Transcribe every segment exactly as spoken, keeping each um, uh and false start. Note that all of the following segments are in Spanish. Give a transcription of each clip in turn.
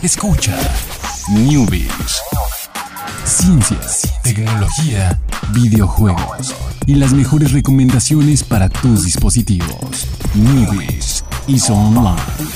Escucha Newbies. Ciencias, tecnología, videojuegos y las mejores recomendaciones para tus dispositivos. Newbies is online.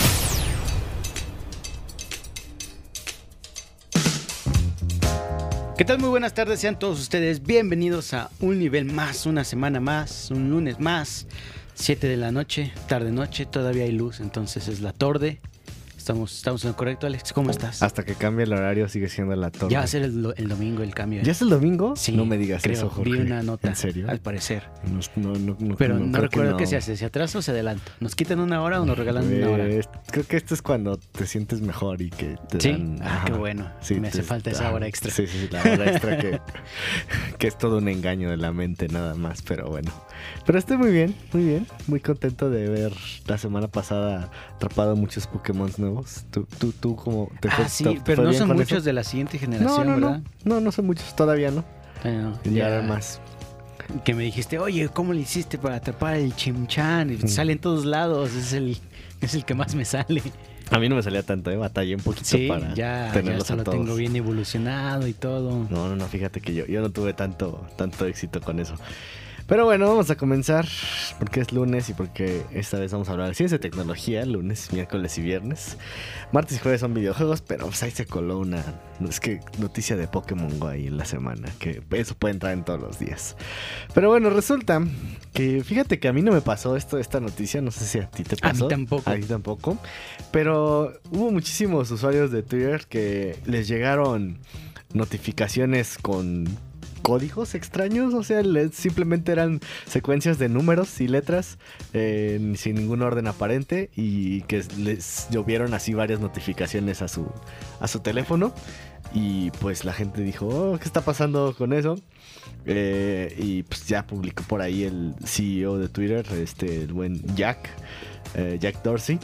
¿Qué tal? Muy buenas tardes, sean todos ustedes bienvenidos a un nivel más, una semana más, un lunes más, siete de la noche, tarde noche, todavía hay luz, entonces es la tarde. Estamos, estamos en lo correcto, Alex. ¿Cómo estás? Hasta que cambie el horario sigue siendo la torre. Ya va a ser el, el domingo el cambio. ¿eh? ¿Ya es el domingo? Sí. No me digas creo, eso, Jorge. Vi una nota. ¿En serio? Al parecer. No, no, no, no, Pero no, no recuerdo que no. qué se hace. ¿Se atrasa o se adelanta? ¿Nos quitan una hora o nos regalan una hora? Eh, creo que esto es cuando te sientes mejor y que te ¿Sí? dan... Ah, ajá. qué bueno. Sí, me hace te- falta esa ah, hora extra. Sí, sí, la hora extra que, que es todo un engaño de la mente nada más, pero bueno. Pero estoy muy bien, muy bien. Muy contento de ver la semana pasada atrapado muchos Pokémon nuevos. ¿Tú, tú, tú cómo te Ah, fue- sí, te- te pero fue no bien son con muchos eso? de la siguiente No, generación, no, ¿verdad? no, no, no son muchos, todavía no. Bueno, Ya ya más. que me dijiste, oye, ¿cómo le hiciste para atrapar el Chimchan? Y Mm. sale en todos lados, es el, es el que más me sale. A mí no me salía tanto, ¿eh? Batallé un poquito Sí, para ya, ya tenerlos hasta a lo todos. tengo bien evolucionado y todo. No, no, no, fíjate que yo, yo no tuve tanto, tanto éxito con eso. Pero bueno, vamos a comenzar porque es lunes y porque esta vez vamos a hablar de ciencia y tecnología, lunes, miércoles y viernes. Martes y jueves son videojuegos, pero pues ahí se coló una, es que noticia de Pokémon Go ahí en la semana, que eso puede entrar en todos los días. Pero bueno, resulta que fíjate que a mí no me pasó esto, esta noticia, no sé si a ti te A mí pasó. tampoco. A ti tampoco. Pero hubo muchísimos usuarios de Twitter que les llegaron notificaciones con códigos extraños, o sea, le- simplemente eran secuencias de números y letras eh, sin ningún orden aparente y que les llovieron así varias notificaciones a su, a su teléfono y pues la gente dijo, oh, ¿qué está pasando con eso? Eh, y pues ya publicó por ahí el C E O de Twitter, este, el buen Jack, eh, Jack Dorsey.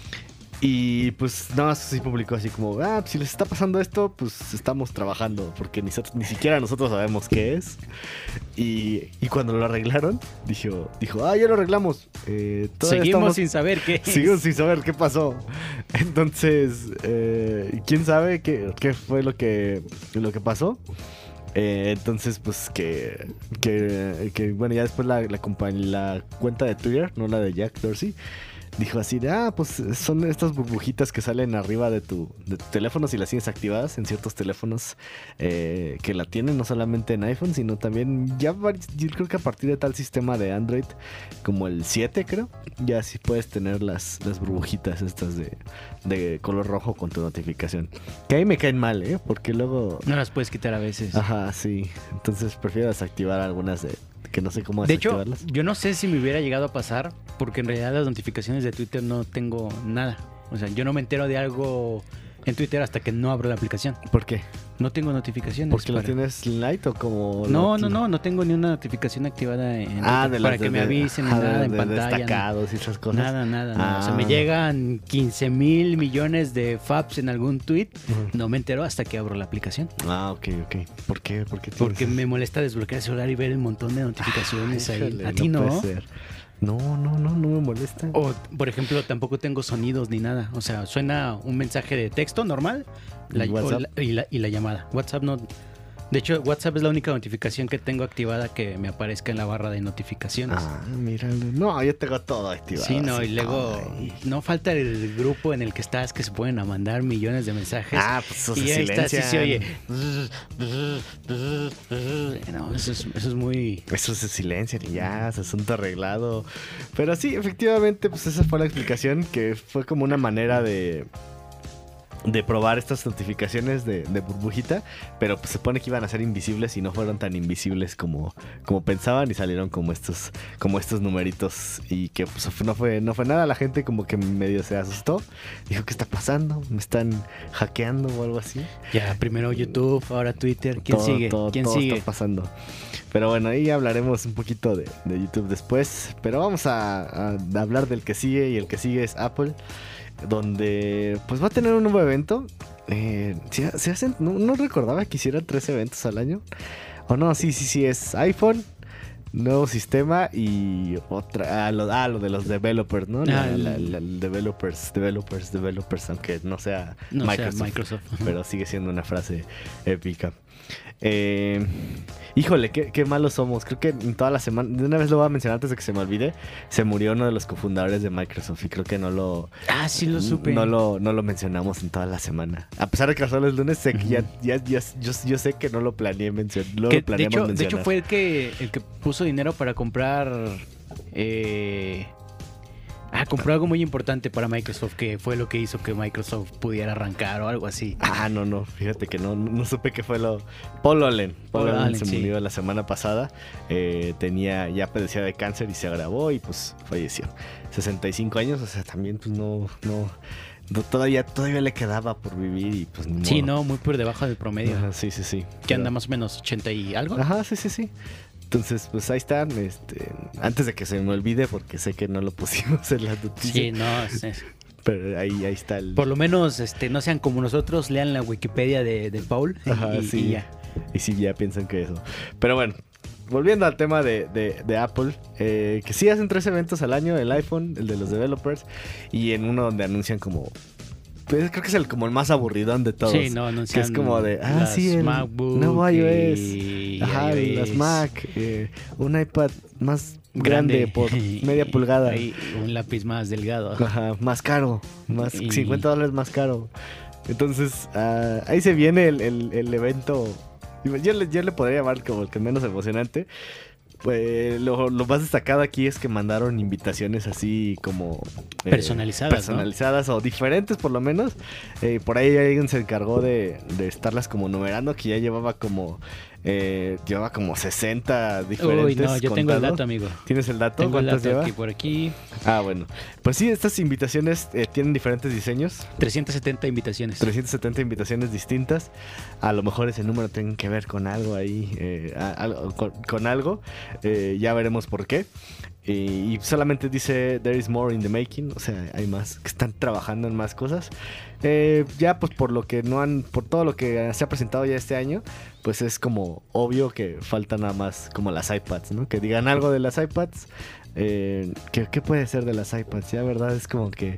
Y pues nada más sí publicó así como, ah, si les está pasando esto, pues estamos trabajando, porque ni, ni siquiera nosotros sabemos qué es. Y, y cuando lo arreglaron, dijo, dijo, ah, ya lo arreglamos. Eh, todavía Seguimos estamos- sin saber qué es. Seguimos sin saber qué pasó. Entonces, eh, ¿quién sabe qué, qué fue lo que, lo que pasó? Eh, entonces, pues que, que, que, bueno, ya después la, la, compa- la cuenta de Twitter, no la de Jack Dorsey, dijo así de, ah, pues son estas burbujitas que salen arriba de tu, de tu teléfono si las tienes activadas en ciertos teléfonos eh, que la tienen, no solamente en iPhone, sino también ya, vari- yo creo que a partir de tal sistema de Android, como el siete creo, ya sí puedes tener las, las burbujitas estas de, de color rojo con tu notificación. Que ahí me caen mal, ¿eh? Porque luego... No las puedes quitar a veces. Ajá, sí. Entonces prefiero desactivar algunas de que no sé cómo De hecho, desactivarlas. yo no sé si me hubiera llegado a pasar, porque en realidad las notificaciones de Twitter no tengo nada. O sea, yo no me entero de algo en Twitter hasta que no abro la aplicación. ¿Por qué? No tengo notificaciones. ¿Porque la para- tienes light o como...? No, lo- no, no, no tengo ni una notificación activada en Ah, Twitter de para las que de- me de- avisen ni ajá, nada de- en de pantalla. no. destacados y esas cosas. Nada, nada, nada. O sea, Ah. me llegan quince mil millones de faps en algún tweet. Ujú. No me entero hasta que abro la aplicación. Ah, ok, ok. ¿Por qué? ¿Por qué tienes Porque eso? me molesta desbloquear el celular y ver el montón de notificaciones ahí. Híjole, A ti no. puede ser. No, no, no, no me molesta. O, por ejemplo, tampoco tengo sonidos ni nada. O sea, suena un mensaje de texto normal la- ¿Y o WhatsApp? la- y, la, y la llamada. WhatsApp no. De hecho, WhatsApp es la única notificación que tengo activada que me aparezca en la barra de notificaciones. Ah, mira. No, yo tengo todo activado. Sí, no, así. y luego Ay. no falta el grupo en el que estás que se pueden a mandar millones de mensajes. Ah, pues eso y se ahí está, sí se silencian. oye. No, eso es, eso es muy... Eso se silencian y ya, es asunto arreglado. Pero sí, efectivamente, pues esa fue la explicación, que fue como una manera de de probar estas notificaciones de, de burbujita, pero pues se pone que iban a ser invisibles y no fueron tan invisibles como, como pensaban y salieron como estos como estos numeritos y que pues no fue no fue nada. La gente como que medio se asustó, dijo, ¿qué está pasando? ¿Me están hackeando o algo así? Ya, primero YouTube, ahora Twitter. ¿Quién Todo, sigue? todo, ¿Quién todo sigue? está pasando. Pero bueno, ahí hablaremos un poquito de, de YouTube después. Pero vamos a, a hablar del que sigue, y el que sigue es Apple, donde pues va a tener un nuevo evento. Eh, se, se hacen, no, no recordaba que hicieran tres eventos al año. O no, sí, sí, sí, es iPhone, nuevo sistema y otra... Ah, lo, ah, lo de los developers, ¿no? La, Ah, la, el- la- el developers, developers, developers, aunque no sea No sea Microsoft, Microsoft. pero sigue siendo una frase épica. Eh, híjole, qué, qué malos somos. Creo que en toda la semana, de una vez lo voy a mencionar antes de que se me olvide, se murió uno de los cofundadores de Microsoft y creo que no lo... Ah, sí lo supe. No lo, no lo mencionamos en toda la semana. A pesar de que solo es lunes, sé que ya, Ujú. ya, ya- yo, yo sé que no lo planeé mencionar. No Que, lo de, planeamos hecho, de mencionar. hecho fue el que el que puso dinero para comprar eh, ah, compró algo muy importante para Microsoft, que fue lo que hizo que Microsoft pudiera arrancar o algo así. Ah, no, no, fíjate que no, no supe qué fue lo... Paul Allen. Paul, Paul Allen Allen, se sí. murió la semana pasada. Eh, tenía, ya padecía de cáncer y se agravó y pues falleció. sesenta y cinco años, o sea, también pues no, no, no, todavía, todavía le quedaba por vivir y pues ni Sí, modo. no, muy por debajo del promedio. Ajá, sí, sí, sí. Que Pero- anda más o menos ochenta y algo. Ajá, sí, sí, sí. Entonces, pues ahí están. Este, antes de que se me olvide, porque sé que no lo pusimos en las noticias. Sí, no, es- es- Pero ahí, ahí está el. por lo menos este, no sean como nosotros, lean la Wikipedia de, de Paul y- Ajá, y, sí. y ya. Y sí, ya piensan que eso. Pero bueno, volviendo al tema de, de- de Apple, eh, que sí hacen tres eventos al año: el iPhone, el de los developers, y en uno donde anuncian como. Pues creo que es el como el más aburridón de todos. Sí, no, anuncian que es como de, ah, las sí, el MacBook nuevo iOS. y Ajá, iOS. las Mac, eh, un iPad más grande, por media pulgada. Y un lápiz más delgado. Ajá, más caro, más Y- cincuenta dólares más caro. Entonces, ah, ahí se viene el, el- el evento. Yo le, yo le podría llamar como el que menos emocionante. Pues lo, lo más destacado aquí es que mandaron invitaciones así como eh, Personalizadas, ¿no? personalizadas o diferentes por lo menos. Eh, por ahí alguien se encargó de, de estarlas como numerando, que ya llevaba como eh, llevaba como sesenta diferentes. Uy, no, yo tengo el contando. dato, amigo. ¿Tienes el dato? Tengo el ¿Cuántas dato lleva? aquí por aquí. Ah, bueno. Pues sí, estas invitaciones eh, tienen diferentes diseños. trescientas setenta invitaciones. trescientas setenta invitaciones distintas. A lo mejor ese número tiene que ver con algo ahí. eh, a- algo- con, con algo. Eh, ya veremos por qué. Y, y solamente dice There is more in the making. O sea, hay más. Que están trabajando en más cosas. Eh, ya pues por lo que no han. Por todo lo que se ha presentado ya este año. Pues es como obvio que falta nada más como las iPads, ¿no? Que digan algo de las iPads. Eh, ¿qué, qué puede ser de las iPads? Ya, ¿verdad? Es como que...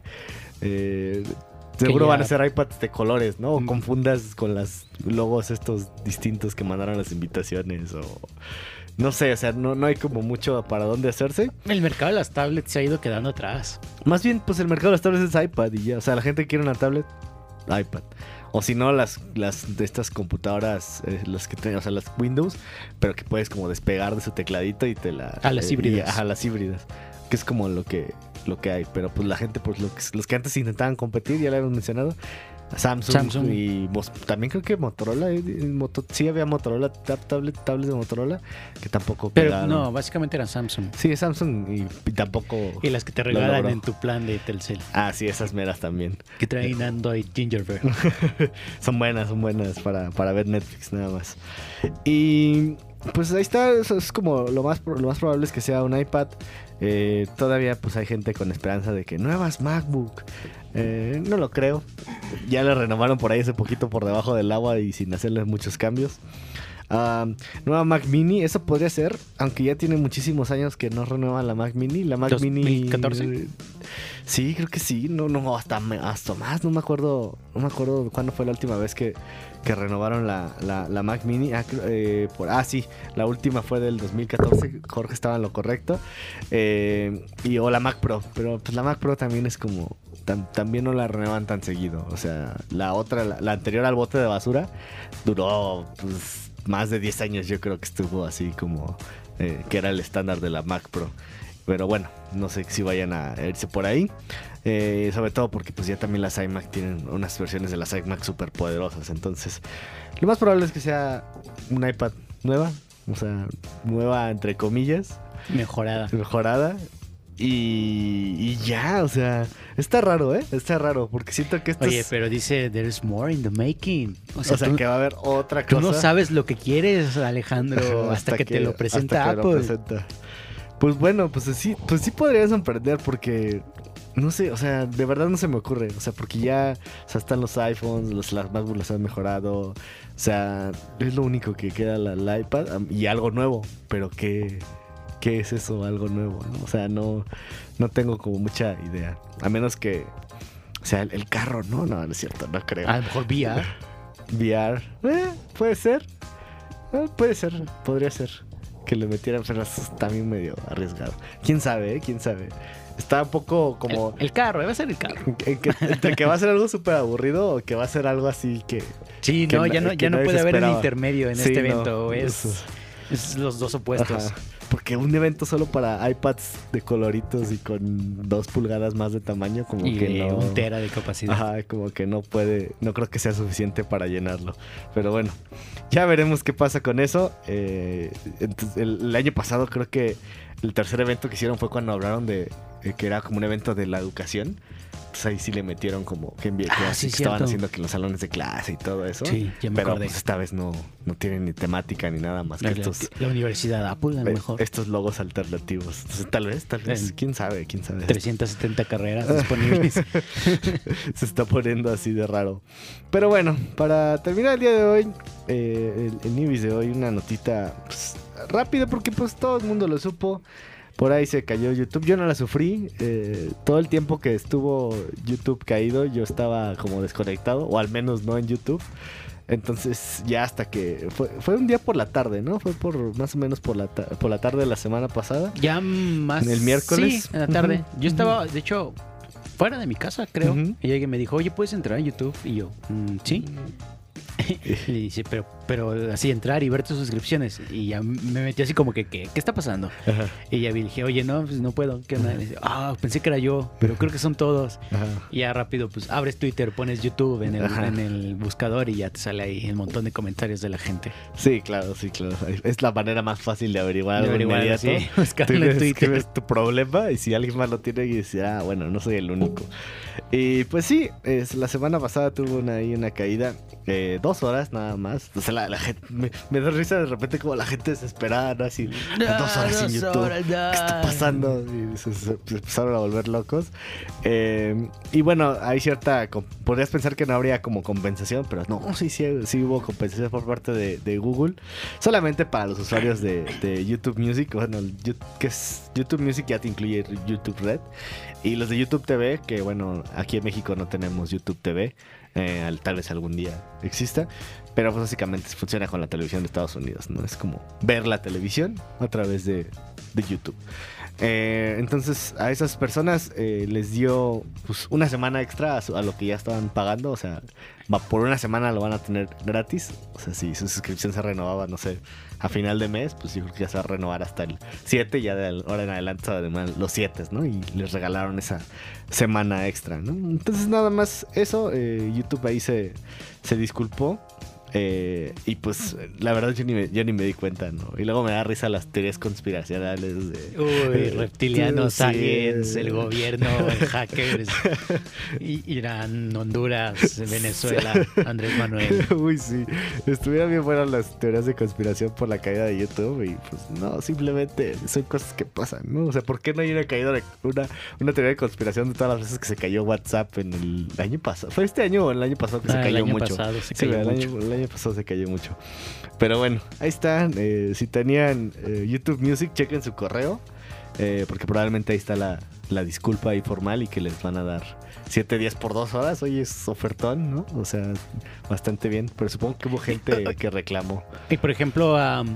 eh, seguro ya- van a ser iPads de colores, ¿no? O Mm. confundas con los logos estos distintos que mandaron las invitaciones o... No sé, o sea, no, no hay como mucho para dónde hacerse. El mercado de las tablets se ha ido quedando atrás. Más bien, pues el mercado de las tablets es iPad y ya. O sea, la gente quiere una tablet, iPad. O si no, las, las de estas computadoras, eh, las que tienen, o sea, las Windows, pero que puedes como despegar de su tecladito y te la... A las eh, híbridas. y- ajá, las híbridas. Que es como lo que, lo que hay. Pero pues la gente, pues lo que- los que antes intentaban competir, ya lo habíamos mencionado. Samsung, Samsung. y mos- también creo que Motorola, eh, eh, Moto- sí había Motorola, tab- tablet, tablets de Motorola, que tampoco Pero pegaron. no, básicamente eran Samsung. Sí, Samsung y, y tampoco... Y las que te Lo regalan logró. en tu plan de Telcel. Ah, sí, esas meras también. Que traen Android Gingerbread. Son buenas, son buenas para, para ver Netflix nada más. Y pues ahí está, eso es como lo más, pro- lo más probable es que sea un iPad. Eh, todavía pues hay gente con esperanza de que nuevas MacBook. Eh, no lo creo. Ya le renovaron por ahí hace poquito por debajo del agua y sin hacerle muchos cambios. Ah, nueva Mac Mini, eso podría ser, aunque ya tiene muchísimos años que no renuevan la Mac Mini. La Mac Mini... ¿dos mil catorce? Sí, creo que sí. No, no, hasta, me- hasta más. No me acuerdo. No me acuerdo cuándo fue la última vez que, que renovaron la, la, la Mac Mini. Ah, creo- eh, por, ah, sí. La última fue del dos mil catorce. Jorge estaba en lo correcto. Eh, y o la Mac Pro. Pero pues la Mac Pro también es como. tam- también no la renuevan tan seguido. O sea, la otra, la, la anterior al bote de basura, duró pues, más de diez años. Yo creo que estuvo así como. eh, que era el estándar de la Mac Pro. Pero bueno, no sé si vayan a irse por ahí. Eh, sobre todo porque pues ya también las iMac tienen unas versiones de las iMac súper poderosas. Entonces, lo más probable es que sea una iPad nueva. O sea, nueva entre comillas. Mejorada. Mejorada. Y, y ya, o sea, está raro, ¿eh? Está raro porque siento que esto Oye, es... pero dice, there's more in the making. O sea, o sea, tú, que va a haber otra tú cosa. no sabes lo que quieres, Alejandro, hasta, que, te lo presenta hasta que lo Apple. presenta. Pues bueno, pues sí, pues sí podrías sorprender porque no sé, o sea, de verdad no se me ocurre, o sea, porque ya, o sea, están los iPhones, los las MacBook las han mejorado, o sea, es lo único que queda la, la iPad am, y algo nuevo, pero qué qué es eso, algo nuevo, ¿no? O sea, no, no tengo como mucha idea. A menos que, o sea, el, el carro, no, no, no es cierto, no creo. A lo mejor V R. V R, eh, puede ser. Eh, puede ser, podría ser. Que le metieran, pero eso es también medio arriesgado. ¿Quién sabe, eh? ¿Quién sabe? Está un poco como... El, el carro, va a ser el carro. En que, entre que va a ser algo súper aburrido o que va a ser algo así que... Sí, que no, ya no, ya no puede haber un intermedio en sí, este no, evento. Es, eso. es los dos opuestos. Ajá. Porque un evento solo para iPads de coloritos y con dos pulgadas más de tamaño, como y que no... un tera de capacidad. Ajá, como que no puede... No creo que sea suficiente para llenarlo. Pero bueno, ya veremos qué pasa con eso. Eh, entonces, el, el año pasado creo que el tercer evento que hicieron fue cuando hablaron de... Eh, que era como un evento de la educación. Entonces ahí sí le metieron como que, envi- que, Ah, así sí, que estaban cierto. haciendo que los salones de clase y todo eso. Sí, ya me Pero acordé. pues esta vez no, no tienen ni temática ni nada más que La, estos, la Universidad Apple, a lo eh, mejor. estos logos alternativos. Entonces, tal vez, tal vez. Eh, ¿Quién sabe? ¿Quién sabe? trescientas setenta carreras disponibles. Se está poniendo así de raro. Pero bueno, para terminar el día de hoy, eh, el, el Newbies de hoy, una notita pues, rápida porque pues todo el mundo lo supo. Por ahí se cayó YouTube. Yo no la sufrí. Eh, todo el tiempo que estuvo YouTube caído, yo estaba como desconectado, o al menos no en YouTube. Entonces ya hasta que... Fue, fue un día por la tarde, ¿no? Fue por más o menos por la, ta- por la tarde de la semana pasada. Ya más... ¿El miércoles? Sí, en la tarde. Ujú, Yo estaba, de hecho, fuera de mi casa, creo. Ujú. Y alguien me dijo, oye, ¿puedes entrar a YouTube? Y yo, "Mm, sí. Y dice, pero, pero así entrar y ver tus suscripciones. Y ya me metí así como que, ¿qué, ¿qué está pasando? Ajá, Y ya vi, dije, oye, no, pues no puedo. ¿Qué onda? Y dice, ah, pensé que era yo, pero creo que son todos. ajá. Y ya rápido, pues abres Twitter, pones YouTube en el, Ajá. en el buscador y ya te sale ahí un montón de comentarios de la gente. Sí, claro, sí, claro. Es la manera más fácil de averiguar De algo averiguar, inmediato. sí, Tú buscarlo en le Twitter. escribes tu problema y si alguien más lo tiene y dice, ah, bueno, no soy el único. Y pues sí, es, la semana pasada tuvo una, ahí una caída, eh, dos horas nada más. O sea, la, la gente, me, me da risa de repente como la gente desesperada, ¿no? Así, No, dos horas en dos YouTube. horas, no. ¿Qué está pasando? Y se, se- se empezaron a volver locos. Eh, y bueno, hay cierta... com- Podrías pensar que no habría como compensación, pero no, sí, sí, sí hubo compensación por parte de, de Google. Solamente para los usuarios de, de YouTube Music. Bueno, el Yu- que es YouTube Music ya te incluye YouTube Red. Y los de YouTube T V, que bueno, aquí en México no tenemos YouTube T V. Eh, al- tal vez algún día exista. Pero pues básicamente funciona con la televisión de Estados Unidos, ¿no? Es como ver la televisión a través de, de YouTube. Eh, entonces a esas personas eh, les dio pues, una semana extra a, su- a lo que ya estaban pagando. O sea, va, por una semana lo van a tener gratis. O sea, si su suscripción se renovaba, no sé, a final de mes, pues yo creo que ya se va a renovar hasta el siete. Ya de ahora en adelante además los siete, ¿no? Y les regalaron esa semana extra, ¿no? Entonces nada más eso. eh, YouTube ahí se, se disculpó. Eh, y pues la verdad yo ni, me, yo ni me di cuenta, ¿no? Y luego me da risa las teorías conspiracionales de... Uy, reptilianos, Sí. aliens, el gobierno, hackers, I- Irán, Honduras, Venezuela, Andrés Manuel. Uy, sí. Estuvieron bien buenas las teorías de conspiración por la caída de YouTube. Y pues no, simplemente son cosas que pasan, ¿no? O sea, ¿por qué no hay una caída de una, una teoría de conspiración de todas las veces que se cayó WhatsApp en el año pasado? ¿Fue este año o el año pasado que se Ah, el cayó año mucho? pasado se Sí, cayó el mucho. año, el año pasado se cayó mucho. Pero bueno, ahí están. Eh, si tenían eh, YouTube Music, chequen su correo. eh, porque probablemente ahí está la, la disculpa ahí formal y que les van a dar siete días por dos horas. Oye, es ofertón, ¿no? O sea, bastante bien. Pero supongo que hubo gente que reclamó. Y por ejemplo, am,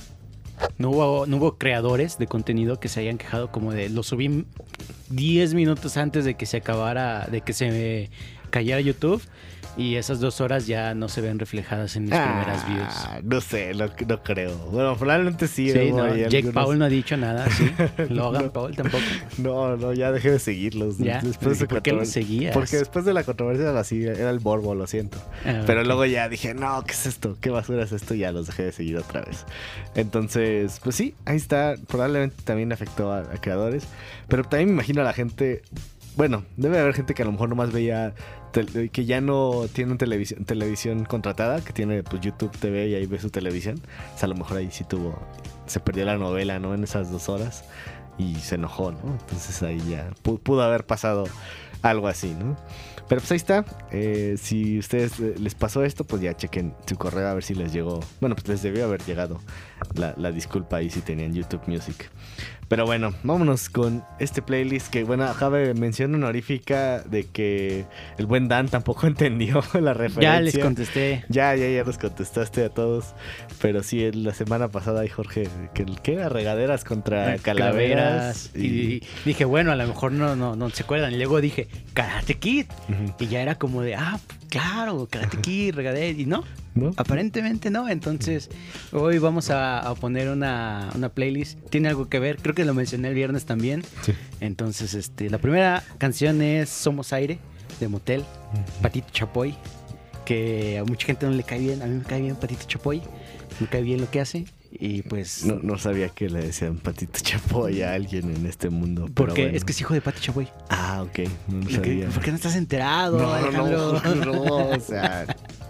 no, hubo, no hubo creadores de contenido que se hayan quejado como de lo subí diez minutos antes de que se acabara, de que se cayera YouTube. Y esas dos horas ya no se ven reflejadas en mis primeras views. Ah, no sé, no, no creo. Bueno, probablemente sí. Sí, hubo no, ahí Jake algunos- Paul no ha dicho nada, sí. Logan No. Paul tampoco. No, no, ya dejé de seguirlos. ¿Ya? Después de ¿Por qué los controver- seguías? Porque después de la controversia era así, era el morbo, lo siento. Ah, Pero ok. luego ya dije, no, ¿qué es esto? ¿Qué basura es esto? Y ya los dejé de seguir otra vez. Entonces, pues sí, ahí está. Probablemente también afectó a, a creadores. Pero también me imagino a la gente. Bueno, debe haber gente que a lo mejor nomás veía. tel- Que ya no tiene televisión, televisión contratada, que tiene pues YouTube T V y ahí ve su televisión. O sea, a lo mejor ahí sí tuvo. Se perdió la novela, ¿no? En esas dos horas. Y se enojó, ¿no? Entonces ahí ya pu- pudo haber pasado algo así, ¿no? Pero pues ahí está. Eh, si ustedes eh, les pasó esto, pues ya chequen su correo a ver si les llegó. Bueno, pues les debió haber llegado la, la disculpa ahí si tenían YouTube Music. Pero bueno, vámonos con este playlist que, bueno, Javi mención honorífica de que el buen Dan tampoco entendió la referencia. Ya les contesté. Ya, ya, ya nos contestaste a todos. Pero sí, la semana pasada ahí Jorge, que, que era regaderas contra calaveras. Y... y dije, bueno, a lo mejor no, no, no se acuerdan. Y luego dije, Karate Kid. Uh-huh. Y ya era como de, ah, claro, Karate Kid, regadera. Y no, ¿no? Aparentemente no. Entonces, hoy vamos a, a poner una, una playlist. Tiene algo que ver, creo que lo mencioné el viernes también. Sí. Entonces, este, la primera canción es Somos Aire, de Motel, uh-huh. Patito Chapoy. Que a mucha gente no le cae bien. A mí me cae bien Patito Chapoy. Me cae bien lo que hace. Y pues... No, no sabía que le decían Patito Chapoy a alguien en este mundo. Porque bueno. es que es hijo de Pati Chapoy. Ah, ok. No lo sabía. ¿Por qué no estás enterado, no, Alejandro? No, no, no, o sea...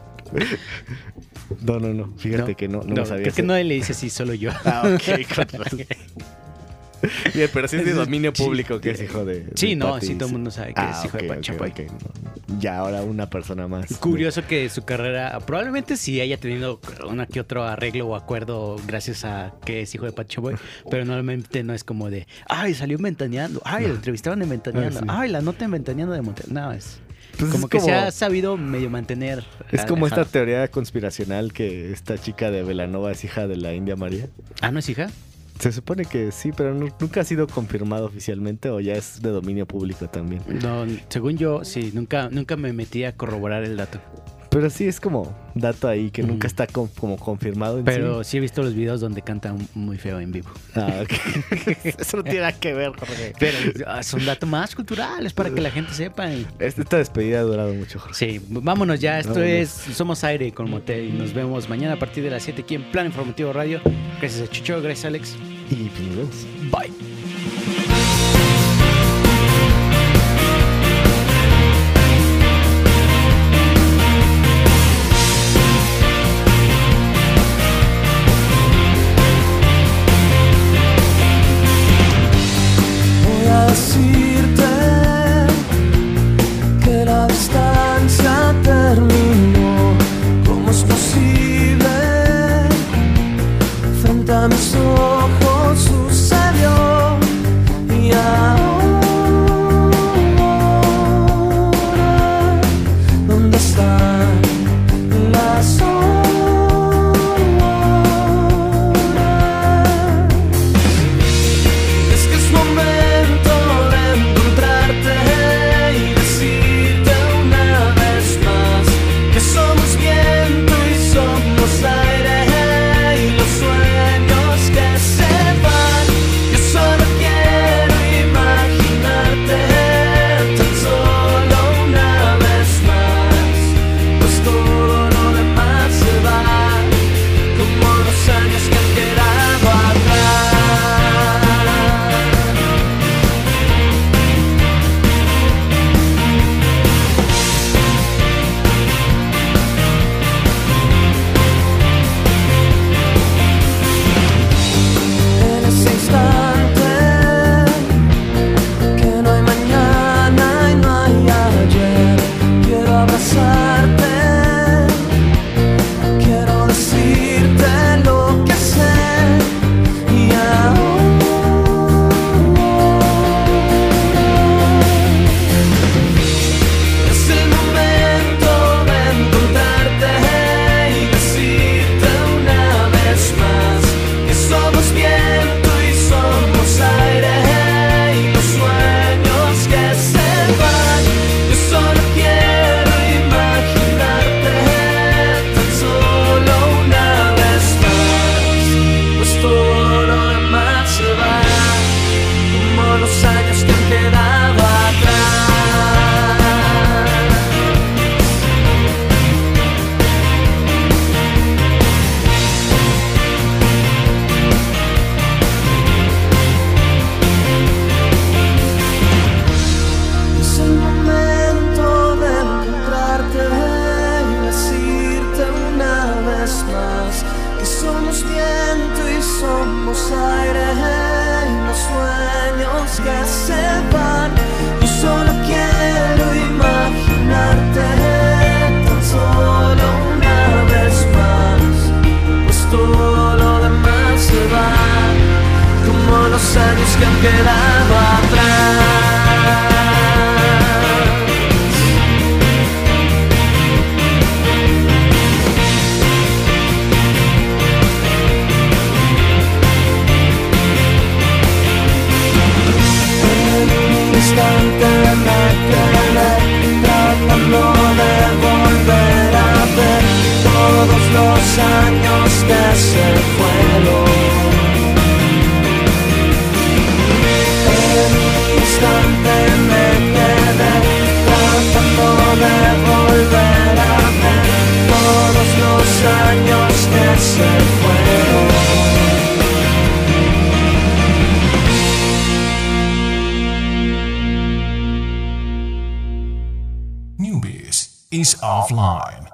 No, no, no. Fíjate no, que no, no, no lo sabía. Creo que no le dice así, solo yo. Ah, ok. Con razón. Bien, pero sí es de dominio público que es hijo de... Sí, de no, Pati. sí, todo el mundo sabe que ah, es hijo okay, de Pati okay, Chapoy. Okay, no. Ya, ahora una persona más. Curioso de... que su carrera, probablemente sí haya tenido una que otro arreglo o acuerdo gracias a que es hijo de Pati Chapoy, pero normalmente no es como de, ay, salió Ventaneando, ay, lo entrevistaron en Ventaneando, ah, sí. ay, la nota en Ventaneando de Monterrey. No, es... Pues como es que como, se ha sabido medio mantener. Es a, como esta teoría conspiracional que esta chica de Belanova es hija de la India María. Ah, ¿no es hija? Se supone que sí, pero no, nunca ha sido confirmado oficialmente o ya es de dominio público también. No, según yo, sí, nunca, nunca me metí a corroborar el dato. Pero sí es como dato ahí que mm. nunca está com, como confirmado en Pero sí. sí he visto los videos donde canta muy feo en vivo. Ah, ok. Eso no tiene nada que ver, Jorge. Pero es un dato más cultural, es para que la gente sepa. Y... Esta despedida ha durado mucho, Jorge. Sí, vámonos ya. Esto vámonos. es Somos Aire con Motel y nos vemos mañana a partir de las siete aquí en Plan Informativo Radio. Gracias a Chucho, gracias a Alex. Y pues nos vemos. Bye. Decirte que la distancia terminó. ¿Cómo es posible? Frente a mis ojos sucedió. Movies Offline.